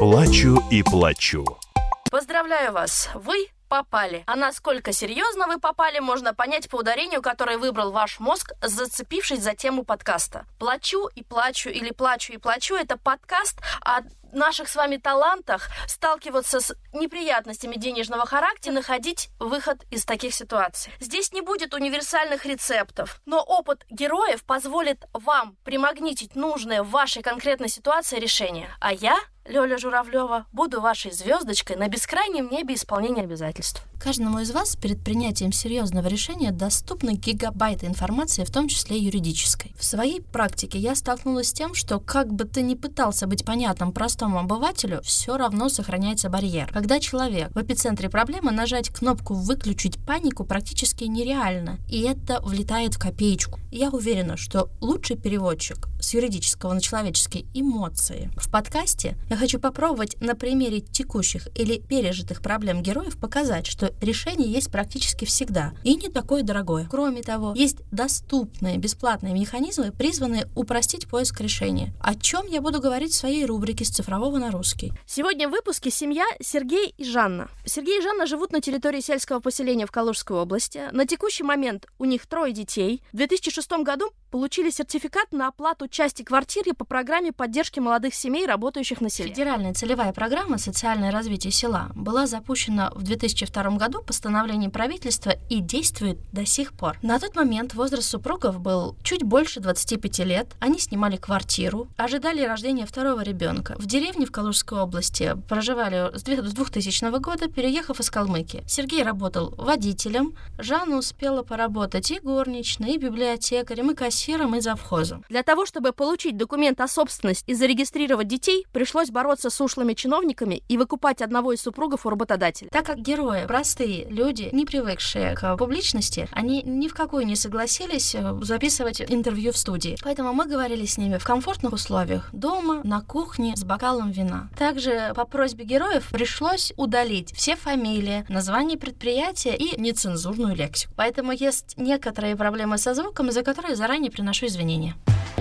Плачу и плачу. Поздравляю вас, вы попали. А насколько серьезно вы попали, можно понять по ударению, которое выбрал ваш мозг, зацепившись за тему подкаста. «Плачу и плачу» или «Плачу и плачу» — это подкаст о наших с вами талантах сталкиваться с неприятностями денежного характера, находить выход из таких ситуаций. Здесь не будет универсальных рецептов, но опыт героев позволит вам примагнитить нужное в вашей конкретной ситуации решение. А я, Лёля Журавлёва, буду вашей звездочкой на бескрайнем небе исполнения обязательств. Каждому из вас перед принятием серьезного решения доступны гигабайты информации, в том числе и юридической. В своей практике я столкнулась с тем, что как бы ты ни пытался быть понятным простому обывателю, все равно сохраняется барьер. Когда человек в эпицентре проблемы, нажать кнопку «выключить панику» практически нереально, и это влетает в копеечку. Я уверена, что лучший переводчик с юридического на человеческие эмоции. В подкасте я хочу попробовать на примере текущих или пережитых проблем героев показать, что решение есть практически всегда и не такое дорогое. Кроме того, есть доступные бесплатные механизмы, призванные упростить поиск решения. О чем я буду говорить в своей рубрике «С цифрового на русский». Сегодня в выпуске семья Сергей и Жанна. Сергей и Жанна живут на территории сельского поселения в Калужской области. На текущий момент у них 3 детей. В 2006 году получили сертификат на оплату части квартиры по программе поддержки молодых семей, работающих на селе. Федеральная целевая программа «Социальное развитие села» была запущена в 2002 году постановлением правительства и действует до сих пор. На тот момент возраст супругов был чуть больше 25 лет. Они снимали квартиру, ожидали рождения второго ребенка. В деревне в Калужской области проживали с 2000 года, переехав из Калмыкии. Сергей работал водителем, Жанна успела поработать и горничной, и библиотекарем, и кассиром, и завхозом. Для того, чтобы получить документ о собственности и зарегистрировать детей, пришлось бороться с ушлыми чиновниками и выкупать одного из супругов у работодателя. Так как герои простые люди, не привыкшие к публичности, они ни в какую не согласились записывать интервью в студии. Поэтому мы говорили с ними в комфортных условиях, дома, на кухне, с бокалом вина. Также по просьбе героев пришлось удалить все фамилии, название предприятия и нецензурную лексику. Поэтому есть некоторые проблемы со звуком, за которые заранее приношу извинения.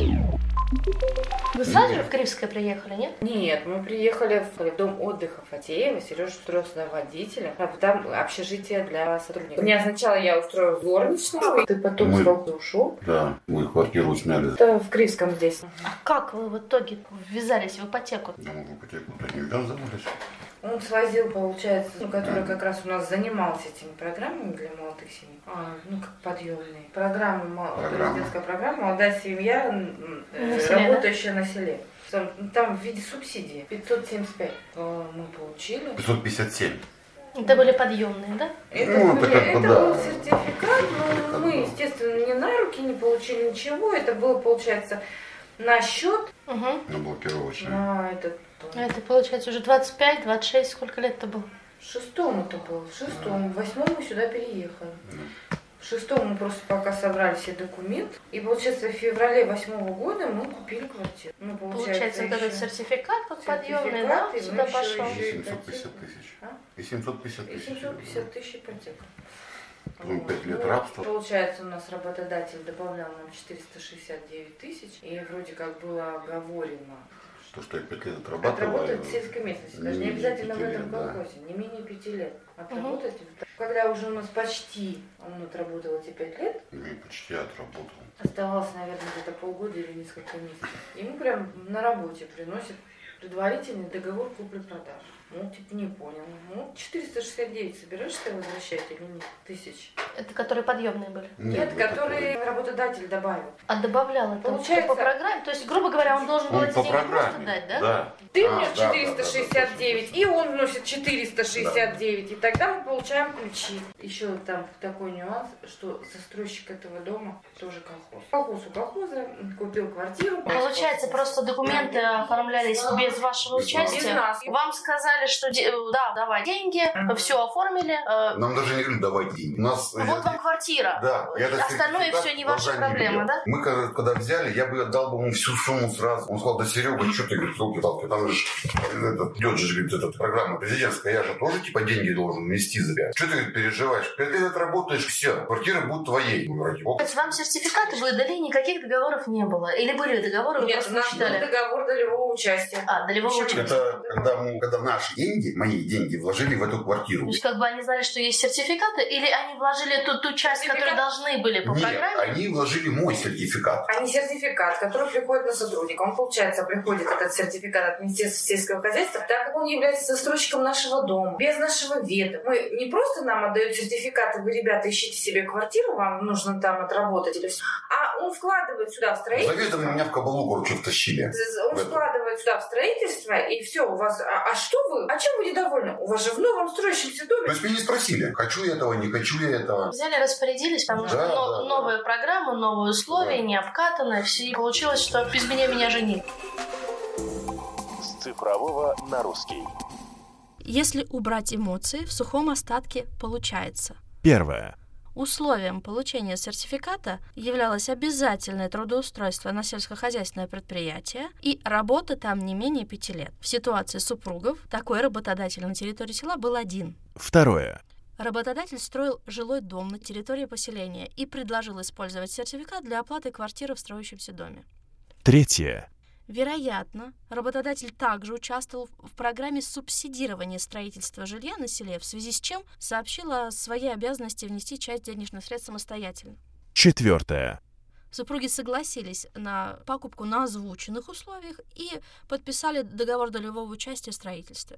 Вы сразу же в Кривское приехали, нет? Нет, мы приехали в дом отдыха Фатеева. Сережа устроился на водителя, а там общежитие для сотрудников. Меня сначала я устроила горничную, ты потом сразу ушел. Да, мы квартиру сняли. Это в Кривском здесь. А как вы в итоге ввязались в ипотеку? Да, мы в ипотеку не ввязывались. Он свозил, получается, который как раз у нас занимался этими программами для молодых семей. Как подъемные. Президентская программа «Молодая семья, работающая на селе». Там в виде субсидии 575 мы получили. 557. Это были подъемные, да? Это был сертификат, но мы, естественно, ни на руки не получили ничего. Это было, получается, на счет. На блокировочный. Это, получается, уже 25-26, сколько лет это было? В 6-м это было, в 6-м, в 8-м мы сюда переехали. В 6-м мы просто пока собрали все документы. И, получается, в феврале 8-го года мы купили квартиру. Получается, вот этот сертификат подъемный, да, сюда пошел. И 750 тысяч. И 750 тысяч. И 750 тысяч ипотека. 5 лет рабства. Получается, у нас работодатель добавлял нам 469 тысяч. И вроде как было оговорено. То, что я 5 лет отрабатываю. Отработать в сельской местности, даже не обязательно в этом колхозе, не менее 5 лет. Отработать. Когда уже у нас почти он отработал эти 5 лет. Почти отработал. Оставалось, наверное, где-то полгода или несколько месяцев. Ему прям на работе приносит предварительный договор купли-продажи. Не понял. 469 собираешься возвращать или нет? Тысяч. Это которые подъемные были? Нет, которые работодатель добавил. А добавлял это получается по программе? То есть, грубо говоря, он должен был эти деньги просто дать, да? Да. Ты внес 469, и он вносит 469, и тогда мы получаем ключи. Еще там такой нюанс, что застройщик этого дома тоже колхоз. Колхоз у колхоза купил квартиру. Получается, просто документы оформлялись без вашего участия? Без нас. Вам сказали, сказали, что да, давай деньги, все оформили. Нам даже не говорили давать деньги. У нас, вот вам квартира. Да. Остальное все не ваша проблема, да? Мы когда взяли, я бы отдал бы ему всю сумму сразу. Он сказал: да, Серега, что ты, говорит, руки-палки, там же идет же, говорит, эта программа президентская, я же тоже типа деньги должен нести за тебя. Что ты, говорит, переживаешь? 5 лет отработаешь, все, квартира будет твоей. Вам сертификаты выдали, никаких договоров не было? Или были договоры, вы просто не читали? Нет, договор долевого участия. Долевого участия. Это когда наши деньги, мои деньги, вложили в эту квартиру. То есть как бы они знали, что есть сертификаты, или они вложили ту часть, которую должны были по программе? Нет, они вложили мой сертификат. А не сертификат, который приходит на сотрудника. Он, получается, приходит этот сертификат от Министерства сельского хозяйства, так как он является застройщиком нашего дома, без нашего ведома. Мы не просто нам отдают сертификаты: вы, ребята, ищите себе квартиру, вам нужно там отработать или все. А он вкладывает сюда в строительство. Заведомо меня в кабалу, короче, втащили. Он вкладывает сюда в строительство, и все, у вас... А что вы? А чем вы недовольны? У вас же в новом строящемся доме. То есть меня не спросили, хочу я этого, не хочу я этого. Взяли, распорядились, потому что новая программа, новые условия, не обкатанная, все. И получилось, что без меня жени. С цифрового на русский. Если убрать эмоции, в сухом остатке получается. Первое. Условием получения сертификата являлось обязательное трудоустройство на сельскохозяйственное предприятие и работа там не менее 5 лет. В ситуации супругов такой работодатель на территории села был один. Второе. Работодатель строил жилой дом на территории поселения и предложил использовать сертификат для оплаты квартиры в строящемся доме. Третье. Вероятно, работодатель также участвовал в программе субсидирования строительства жилья на селе, в связи с чем сообщил о своей обязанности внести часть денежных средств самостоятельно. Четвертое. Супруги согласились на покупку на озвученных условиях и подписали договор долевого участия в строительстве.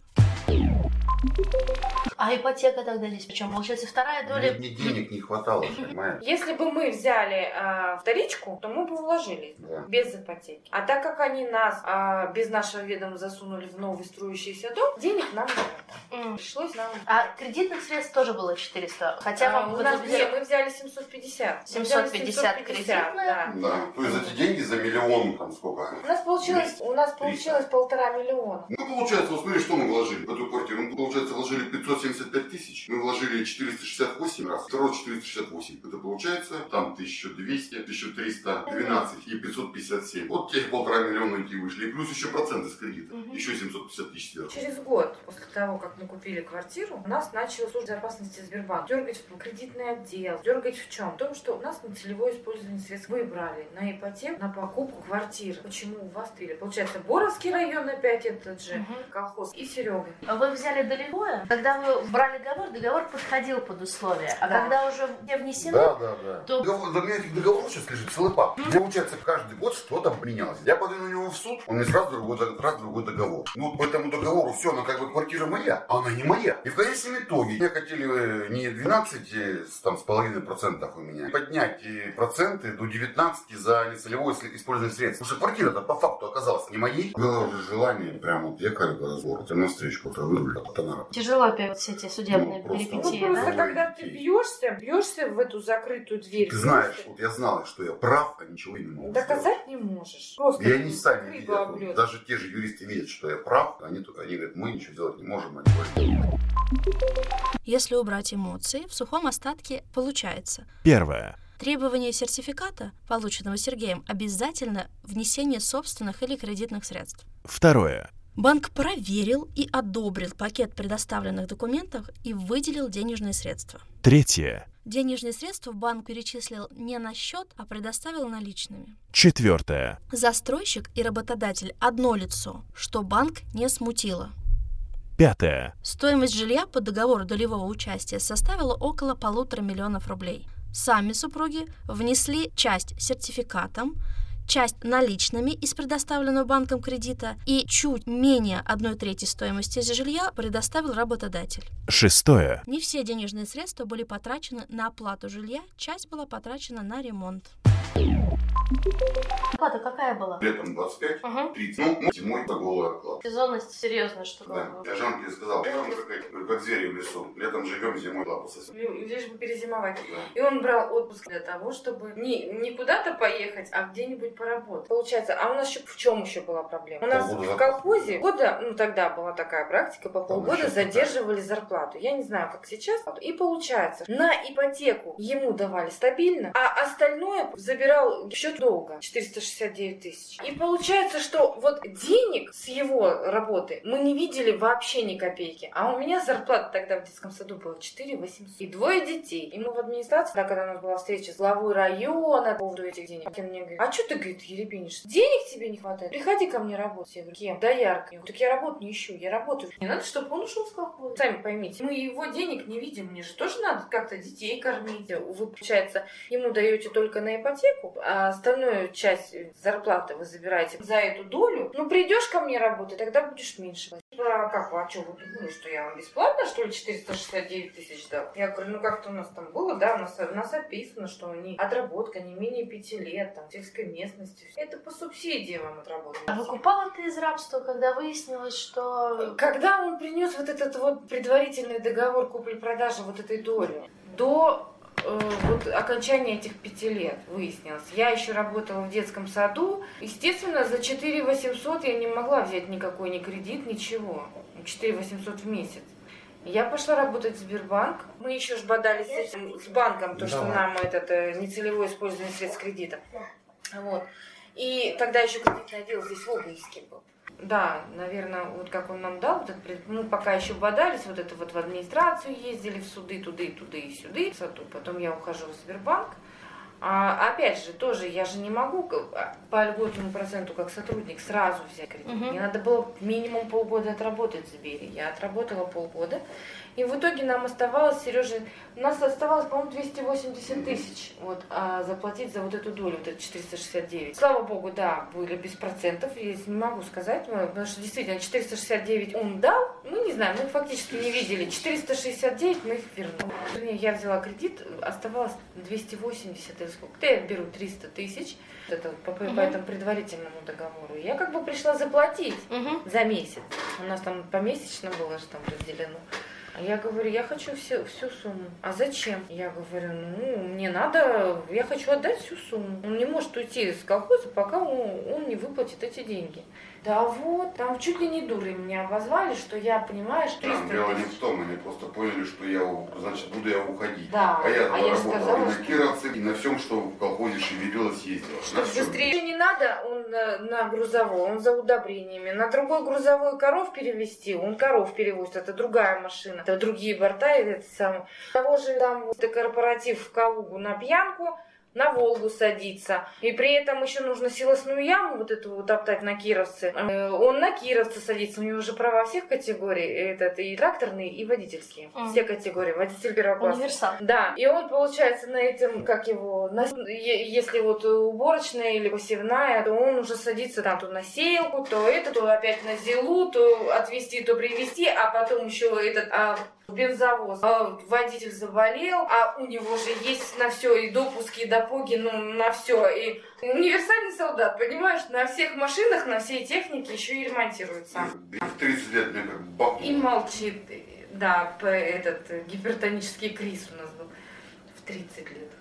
А ипотека тогда здесь причем? Получается, вторая доля... Мне денег не хватало, понимаешь? Если бы мы взяли вторичку, то мы бы вложились без ипотеки. А так как они нас без нашего ведома засунули в новый строящийся дом, денег нам не хватало. Пришлось нам... А кредитных средств тоже было 400? Хотя вам... мы взяли 750. 750 кредитных? Да. То есть эти деньги за миллион, там сколько? У нас получилось 1,5 миллиона. Ну, получается, вот смотри, что мы вложили в эту квартиру. Мы, получается, вложили 575 тысяч. Мы вложили 468 раз. Второй 468. Это получается там 1200, 1312 и 557. Вот те 1,5 миллиона эти вышли. И плюс еще проценты с кредита. Еще 750 тысяч сверху. Через год после того, как мы купили квартиру, у нас начала служба безопасности Сбербанк дергать в кредитный отдел. Дергать в чем? В том, что у нас на целевое использование средств выбрали на ипотеку, на покупку квартиры. Почему у вас три? Получается, Боровский район опять этот же колхоз и Серега. Вы взяли долевое? Когда вы брали договор подходил под условия. А когда уже не внесены, то... Договор, у меня этих договоров сейчас лежит целый пап. Получается, каждый год что-то менялось. Я подаю на него в суд, он мне сразу другой договор. Ну, по этому договору все, она как бы квартира моя, а она не моя. И в конечном итоге мне хотели не 12,5% у меня, поднять проценты до 19 за нецелевое использование средств. Потому что квартира-то по факту оказалась не моей. Было уже желание, прямо вот ехали по разбору, на встречу кто-то выиграли, а потом она... Тяжело опять все эти судебные перипетии, просто когда ты бьешься в эту закрытую дверь. Ты знаешь, вот я знал, что я прав, а ничего не могу доказать не можешь. Просто и они сами видят, вот, даже те же юристы видят, что я прав, они говорят, мы ничего делать не можем. Если убрать эмоции, в сухом остатке получается. Первое. Требование сертификата, полученного Сергеем, обязательно внесение собственных или кредитных средств. Второе. Банк проверил и одобрил пакет предоставленных документов и выделил денежные средства. Третье. Денежные средства банк перечислил не на счет, а предоставил наличными. Четвертое. Застройщик и работодатель одно лицо, что банк не смутило. Пятое. Стоимость жилья по договору долевого участия составила около 1,5 миллиона рублей. Сами супруги внесли часть сертификатом, часть наличными из предоставленного банком кредита и чуть менее 1/3 стоимости жилья предоставил работодатель. Шестое. Не все денежные средства были потрачены на оплату жилья, часть была потрачена на ремонт. Оплата какая была? Летом 25, Угу. 30. Ну, зимой это голая оклад. Сезонность серьезная штука. Да. Я Жанке сказал, летом как звери в лесу. Летом живем, зимой лапу сосем. Лишь бы перезимовать. Да. И он брал отпуск для того, чтобы не куда-то поехать, а где-нибудь поработать. Получается, а у нас еще в чем еще была проблема? У нас Полгода в колхозе тогда была такая практика, по полгода задерживали зарплату. Я не знаю, как сейчас. И получается, на ипотеку ему давали стабильно, а остальное забирал в счет долга 469 тысяч. И получается, что вот денег с его работы мы не видели вообще ни копейки. А у меня зарплата тогда в детском саду была 4 800. И 2 детей. И мы в администрации, когда у нас была встреча с главой района по поводу этих денег, он мне говорит: а что ты, говорит, ерепенишься? Денег тебе не хватает? Приходи ко мне работать. Я говорю: кем? Дояркой. Так я работу не ищу, я работаю. Не надо, чтобы он ушел с колхоза. Сами поймите, мы его денег не видим, мне же тоже надо как-то детей кормить. Вы, получается, ему даете только на ипотеку, а остальную часть зарплаты вы забираете за эту долю. Ну, придешь ко мне работать, тогда будешь меньше. А как, а что, вы думали, что я вам бесплатно, что ли, 469 тысяч дал? Я говорю: ну как-то у нас там было, да, у нас описано, что они отработка не менее 5 лет, там, в сельской местности. Это по субсидии вам отработано. А выкупала ты из рабства, когда выяснилось, что... Когда он принес вот этот вот предварительный договор купли-продажи вот этой доли, до вот окончания этих 5 лет выяснилось. Я еще работала в детском саду. Естественно, за 4 800 я не могла взять никакой ни кредит, ничего. 4 800 в месяц. Я пошла работать в Сбербанк. Мы еще ж бодались с банком, то, что нам нецелевое использование средств кредита. Вот. И тогда еще кредитный отдел здесь в Обнинске был. Да, наверное, вот как он нам дал, мы пока еще бодались, вот это вот в администрацию ездили, в суды, туда и сюда. Потом я ухожу в Сбербанк. Опять же, тоже я же не могу по льготному проценту как сотрудник сразу взять кредит. Мне надо было минимум полгода отработать в Сбере. Я отработала полгода. И в итоге нам оставалось, Сережа, у нас оставалось, по-моему, 280 тысяч заплатить за вот эту долю, вот это 469. Слава богу, да, были без процентов, я не могу сказать, потому что действительно 469 он дал, мы не знаем, мы их фактически не видели, 469 мы их вернули. Я взяла кредит, оставалось 280 или сколько, я беру 300 тысяч, это по этому предварительному договору. Я как бы пришла заплатить за месяц, у нас там помесячно было же там разделено. А я говорю: я хочу всю сумму. А зачем? Я говорю: мне надо, я хочу отдать всю сумму. Он не может уйти с колхоза, пока он не выплатит эти деньги. Да вот, там чуть ли не дурой меня обозвали, что я, понимаешь, 300 тысяч. Дело не в том, они просто поняли, что буду я уходить. Да. А я работал сказала, и на Кировце, и на всем, что в колхозе шевелилось, ездила. Что быстрее не надо, он на грузовой, он за удобрениями. На другой грузовой коров перевезти, он коров перевозит, это другая машина, это другие борта, это самое. Того же там вот корпоратив в Калугу на пьянку, на Волгу садиться. И при этом еще нужно силосную яму вот эту вот топтать на Кировце. Он на Кировце садится. У него уже права всех категорий. И тракторные, и водительские. Все категории. Водитель первого класса. Универсал. Да. И он, получается, на этом, если вот уборочная или посевная, то он уже садится там то на сеялку, то опять на зилу, то отвезти, то привезти, а потом еще бензовоз. Водитель заболел, а у него же есть на все и допуски, и допуги, на все. И универсальный солдат, понимаешь, на всех машинах, на всей технике еще и ремонтируется. В 30 лет мне как бахнул. И молчит. Да, этот гипертонический криз у нас был в 30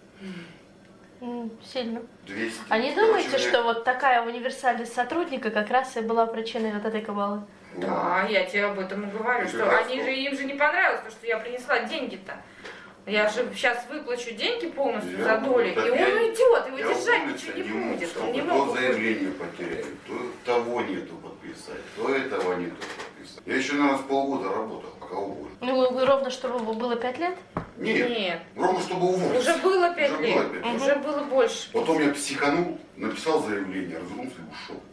лет. Сильно. 200. А не думаете, что вот такая универсальность сотрудника как раз и была причиной вот этой кабалы? Да, я тебе об этом и говорю, что им же не понравилось, потому что я принесла деньги-то. Я же сейчас выплачу деньги полностью за долю, и он уйдет, его держать ничего не будет. Он не мог. То заявление потеряют, то того нету подписать, то этого нету подписать. Я еще, наверное, с полгода работал, пока уволили. Ровно, чтобы было 5 лет? Нет. Ровно, чтобы уволиться. Уже было 5 лет, уже было больше. Потом я психанул, написал заявление, развернулся и ушел.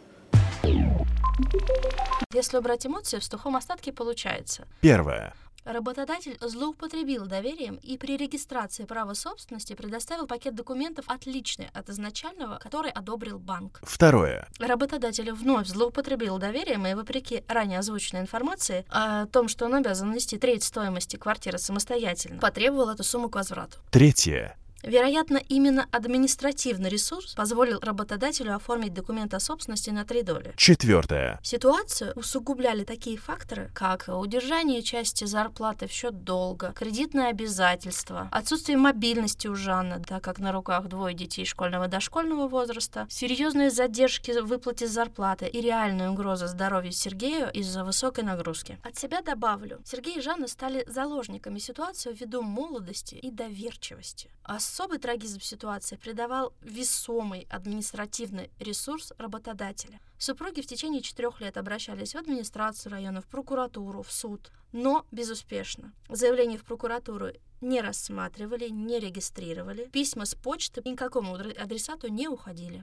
Если убрать эмоции, в сухом остатке получается. Первое. Работодатель злоупотребил доверием и при регистрации права собственности предоставил пакет документов, отличный от изначального, который одобрил банк. Второе. Работодатель вновь злоупотребил доверием и, вопреки ранее озвученной информации о том, что он обязан нести треть стоимости квартиры самостоятельно, потребовал эту сумму к возврату. Третье. Вероятно, именно административный ресурс позволил работодателю оформить документ о собственности на 3 доли. 4. Ситуацию усугубляли такие факторы, как удержание части зарплаты в счет долга, кредитные обязательства, отсутствие мобильности у Жанны, так как на руках 2 детей школьного и дошкольного возраста, серьезные задержки в выплате зарплаты и реальная угроза здоровью Сергею из-за высокой нагрузки. От себя добавлю, Сергей и Жанна стали заложниками ситуации ввиду молодости и доверчивости. Особый трагизм ситуации придавал весомый административный ресурс работодателя. Супруги в течение 4 лет обращались в администрацию района, в прокуратуру, в суд, но безуспешно. Заявления в прокуратуру не рассматривали, не регистрировали, письма с почты ни к какому адресату не уходили.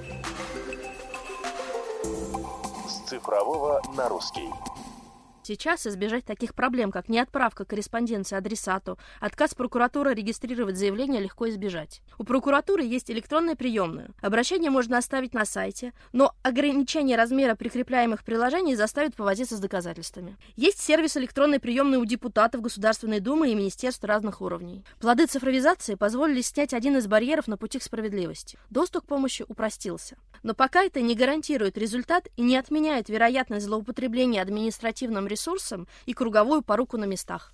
С цифрового на русский. Сейчас избежать таких проблем, как неотправка корреспонденции адресату, отказ прокуратуры регистрировать заявление легко избежать. У прокуратуры есть электронная приемная. Обращение можно оставить на сайте, но ограничение размера прикрепляемых приложений заставит повозиться с доказательствами. Есть сервис электронной приемной у депутатов Государственной Думы и министерств разных уровней. Плоды цифровизации позволили снять один из барьеров на пути к справедливости. Доступ к помощи упростился. Но пока это не гарантирует результат и не отменяет вероятность злоупотребления административным ресурсом и круговую поруку на местах.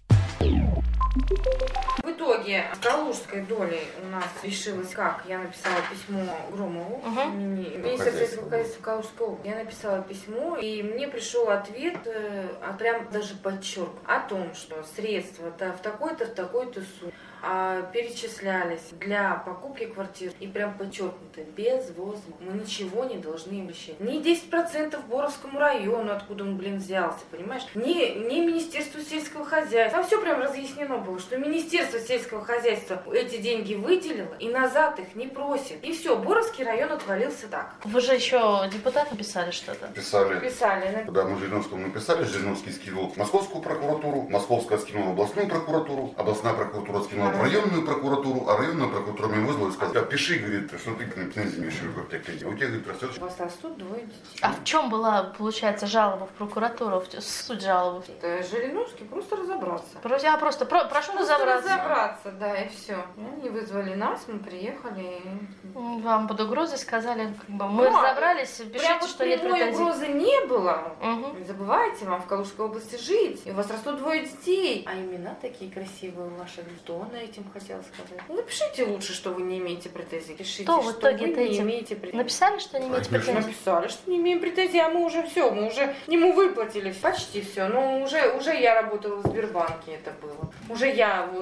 В итоге с Калужской долей у нас решилось как? Я написала письмо Громову, министр сельского хозяйства Калужской области. Я написала письмо, и мне пришел ответ, прям даже подчеркнут, о том, что средства в такой-то сумме перечислялись для покупки квартир. И прям подчеркнуто, безвозмездно. Мы ничего не должны им обещать. Ни 10% Боровскому району, откуда он, взялся, понимаешь? Ни Министерству сельского хозяйства. Там все прям разъяснено было, что Министерство сельского хозяйства эти деньги выделило и назад их не просит. И все, Боровский район отвалился так. Вы же еще депутатам писали что-то? Писали. Когда мы Жириновскому написали, Жириновский скинул в Московскую прокуратуру, Московская скинула в областную прокуратуру, областная прокуратура скинула в районную прокуратуру, а районная прокуратура меня вызвала и сказала: пиши, говорит, что ты на пензиме еще у тебя, говорит, растет. У вас растут 2 детей. А в чем была, получается, жалоба в прокуратуру, суть жалобы? Жириновский просто разобраться. Я просто прошу разобраться. Да, и все. Они вызвали нас, мы приехали. Вам под угрозой сказали, мы разобрались, пишите, что нет претензий. Прямо угрозы не было. Не забывайте, вам в Калужской области жить. И у вас растут 2 детей. А имена такие красивые у ваших. Что на этим хотел сказать? Напишите лучше, что вы не имеете претензий. Пишите, что в итоге вы не имеете претензий. Написали, что не имеете претензий? Написали, что не имеем претензий, а мы уже все, мы уже ему выплатили почти все. Но уже я работала в Сбербанке, это было. Уже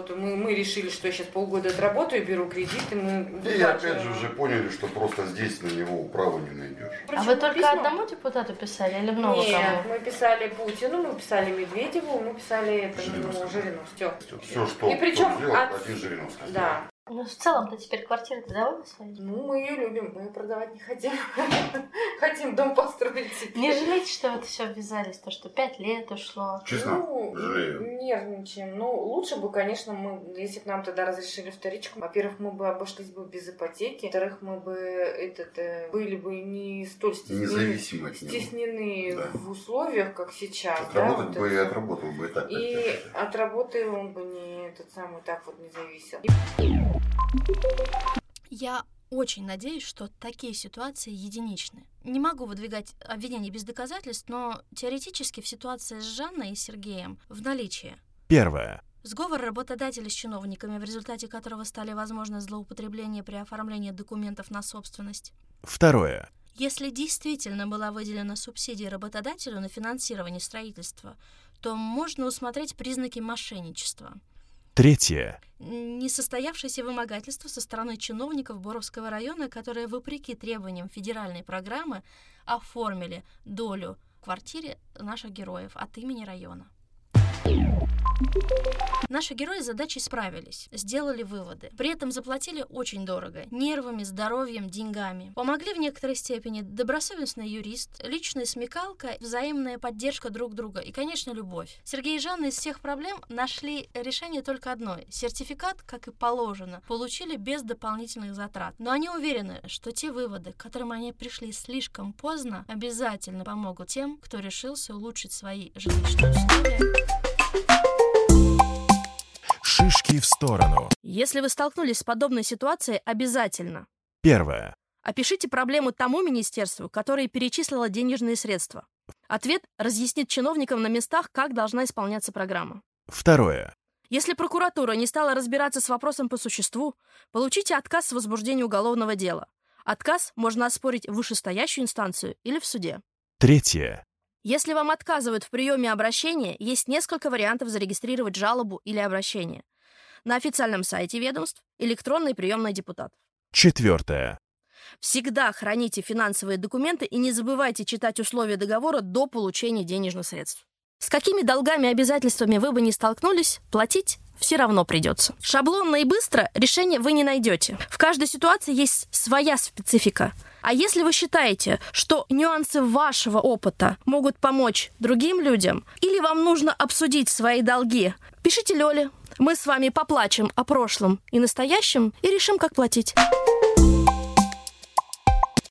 мы решили, что я сейчас полгода отработаю, беру кредиты, И опять же уже поняли, что просто здесь на него управы не найдешь. А вы только одному депутату писали или много кому? Нет, мы писали Путину, мы писали Медведеву, мы писали Жириновскому. Все, что и причем сделал, один Жириновский. Да. Ну, в целом-то теперь квартира-то довольно своей? Мы ее любим, мы ее продавать не хотим. Хотим дом построить теперь. Не жалеете, что в это все ввязались, то, что 5 лет ушло? Честно, жалею. Нервничаем. Лучше бы, конечно, если бы нам тогда разрешили вторичку, во-первых, мы бы обошлись бы без ипотеки, во-вторых, мы бы были бы не столь стеснены в условиях, как сейчас. Отработать бы и отработал бы и так. И от работы он бы не не зависел. Я очень надеюсь, что такие ситуации единичны. Не могу выдвигать обвинений без доказательств, но теоретически в ситуации с Жанной и Сергеем в наличии. 1. Сговор работодателя с чиновниками, в результате которого стали возможны злоупотребления при оформлении документов на собственность. 2. Если действительно была выделена субсидия работодателю на финансирование строительства, то можно усмотреть признаки мошенничества. 3. Несостоявшееся вымогательство со стороны чиновников Боровского района, которые, вопреки требованиям федеральной программы, оформили долю в квартире наших героев от имени района. Наши герои с задачей справились, сделали выводы. При этом заплатили очень дорого. Нервами, здоровьем, деньгами. Помогли в некоторой степени добросовестный юрист, личная смекалка, взаимная поддержка друг друга и, конечно, любовь. Сергей и Жанна из всех проблем нашли решение только одно. Сертификат, как и положено, получили без дополнительных затрат. Но они уверены, что те выводы, к которым они пришли слишком поздно, обязательно помогут тем, кто решился улучшить свои жилищные условия. Шишки в сторону. Если вы столкнулись с подобной ситуацией, обязательно. Первое. Опишите проблему тому министерству, которое перечислило денежные средства. Ответ разъяснит чиновникам на местах, как должна исполняться программа. Второе. Если прокуратура не стала разбираться с вопросом по существу, получите отказ в возбуждении уголовного дела. Отказ можно оспорить в вышестоящую инстанцию или в суде. Третье. Если вам отказывают в приеме обращения, есть несколько вариантов зарегистрировать жалобу или обращение. На официальном сайте ведомств, электронной приемной депутатов. Четвертое. Всегда храните финансовые документы и не забывайте читать условия договора до получения денежных средств. С какими долгами и обязательствами вы бы не столкнулись, платить все равно придется. Шаблонно и быстро решение вы не найдете. В каждой ситуации есть своя специфика. А если вы считаете, что нюансы вашего опыта могут помочь другим людям, или вам нужно обсудить свои долги, пишите Лёле. Мы с вами поплачем о прошлом и настоящем и решим, как платить.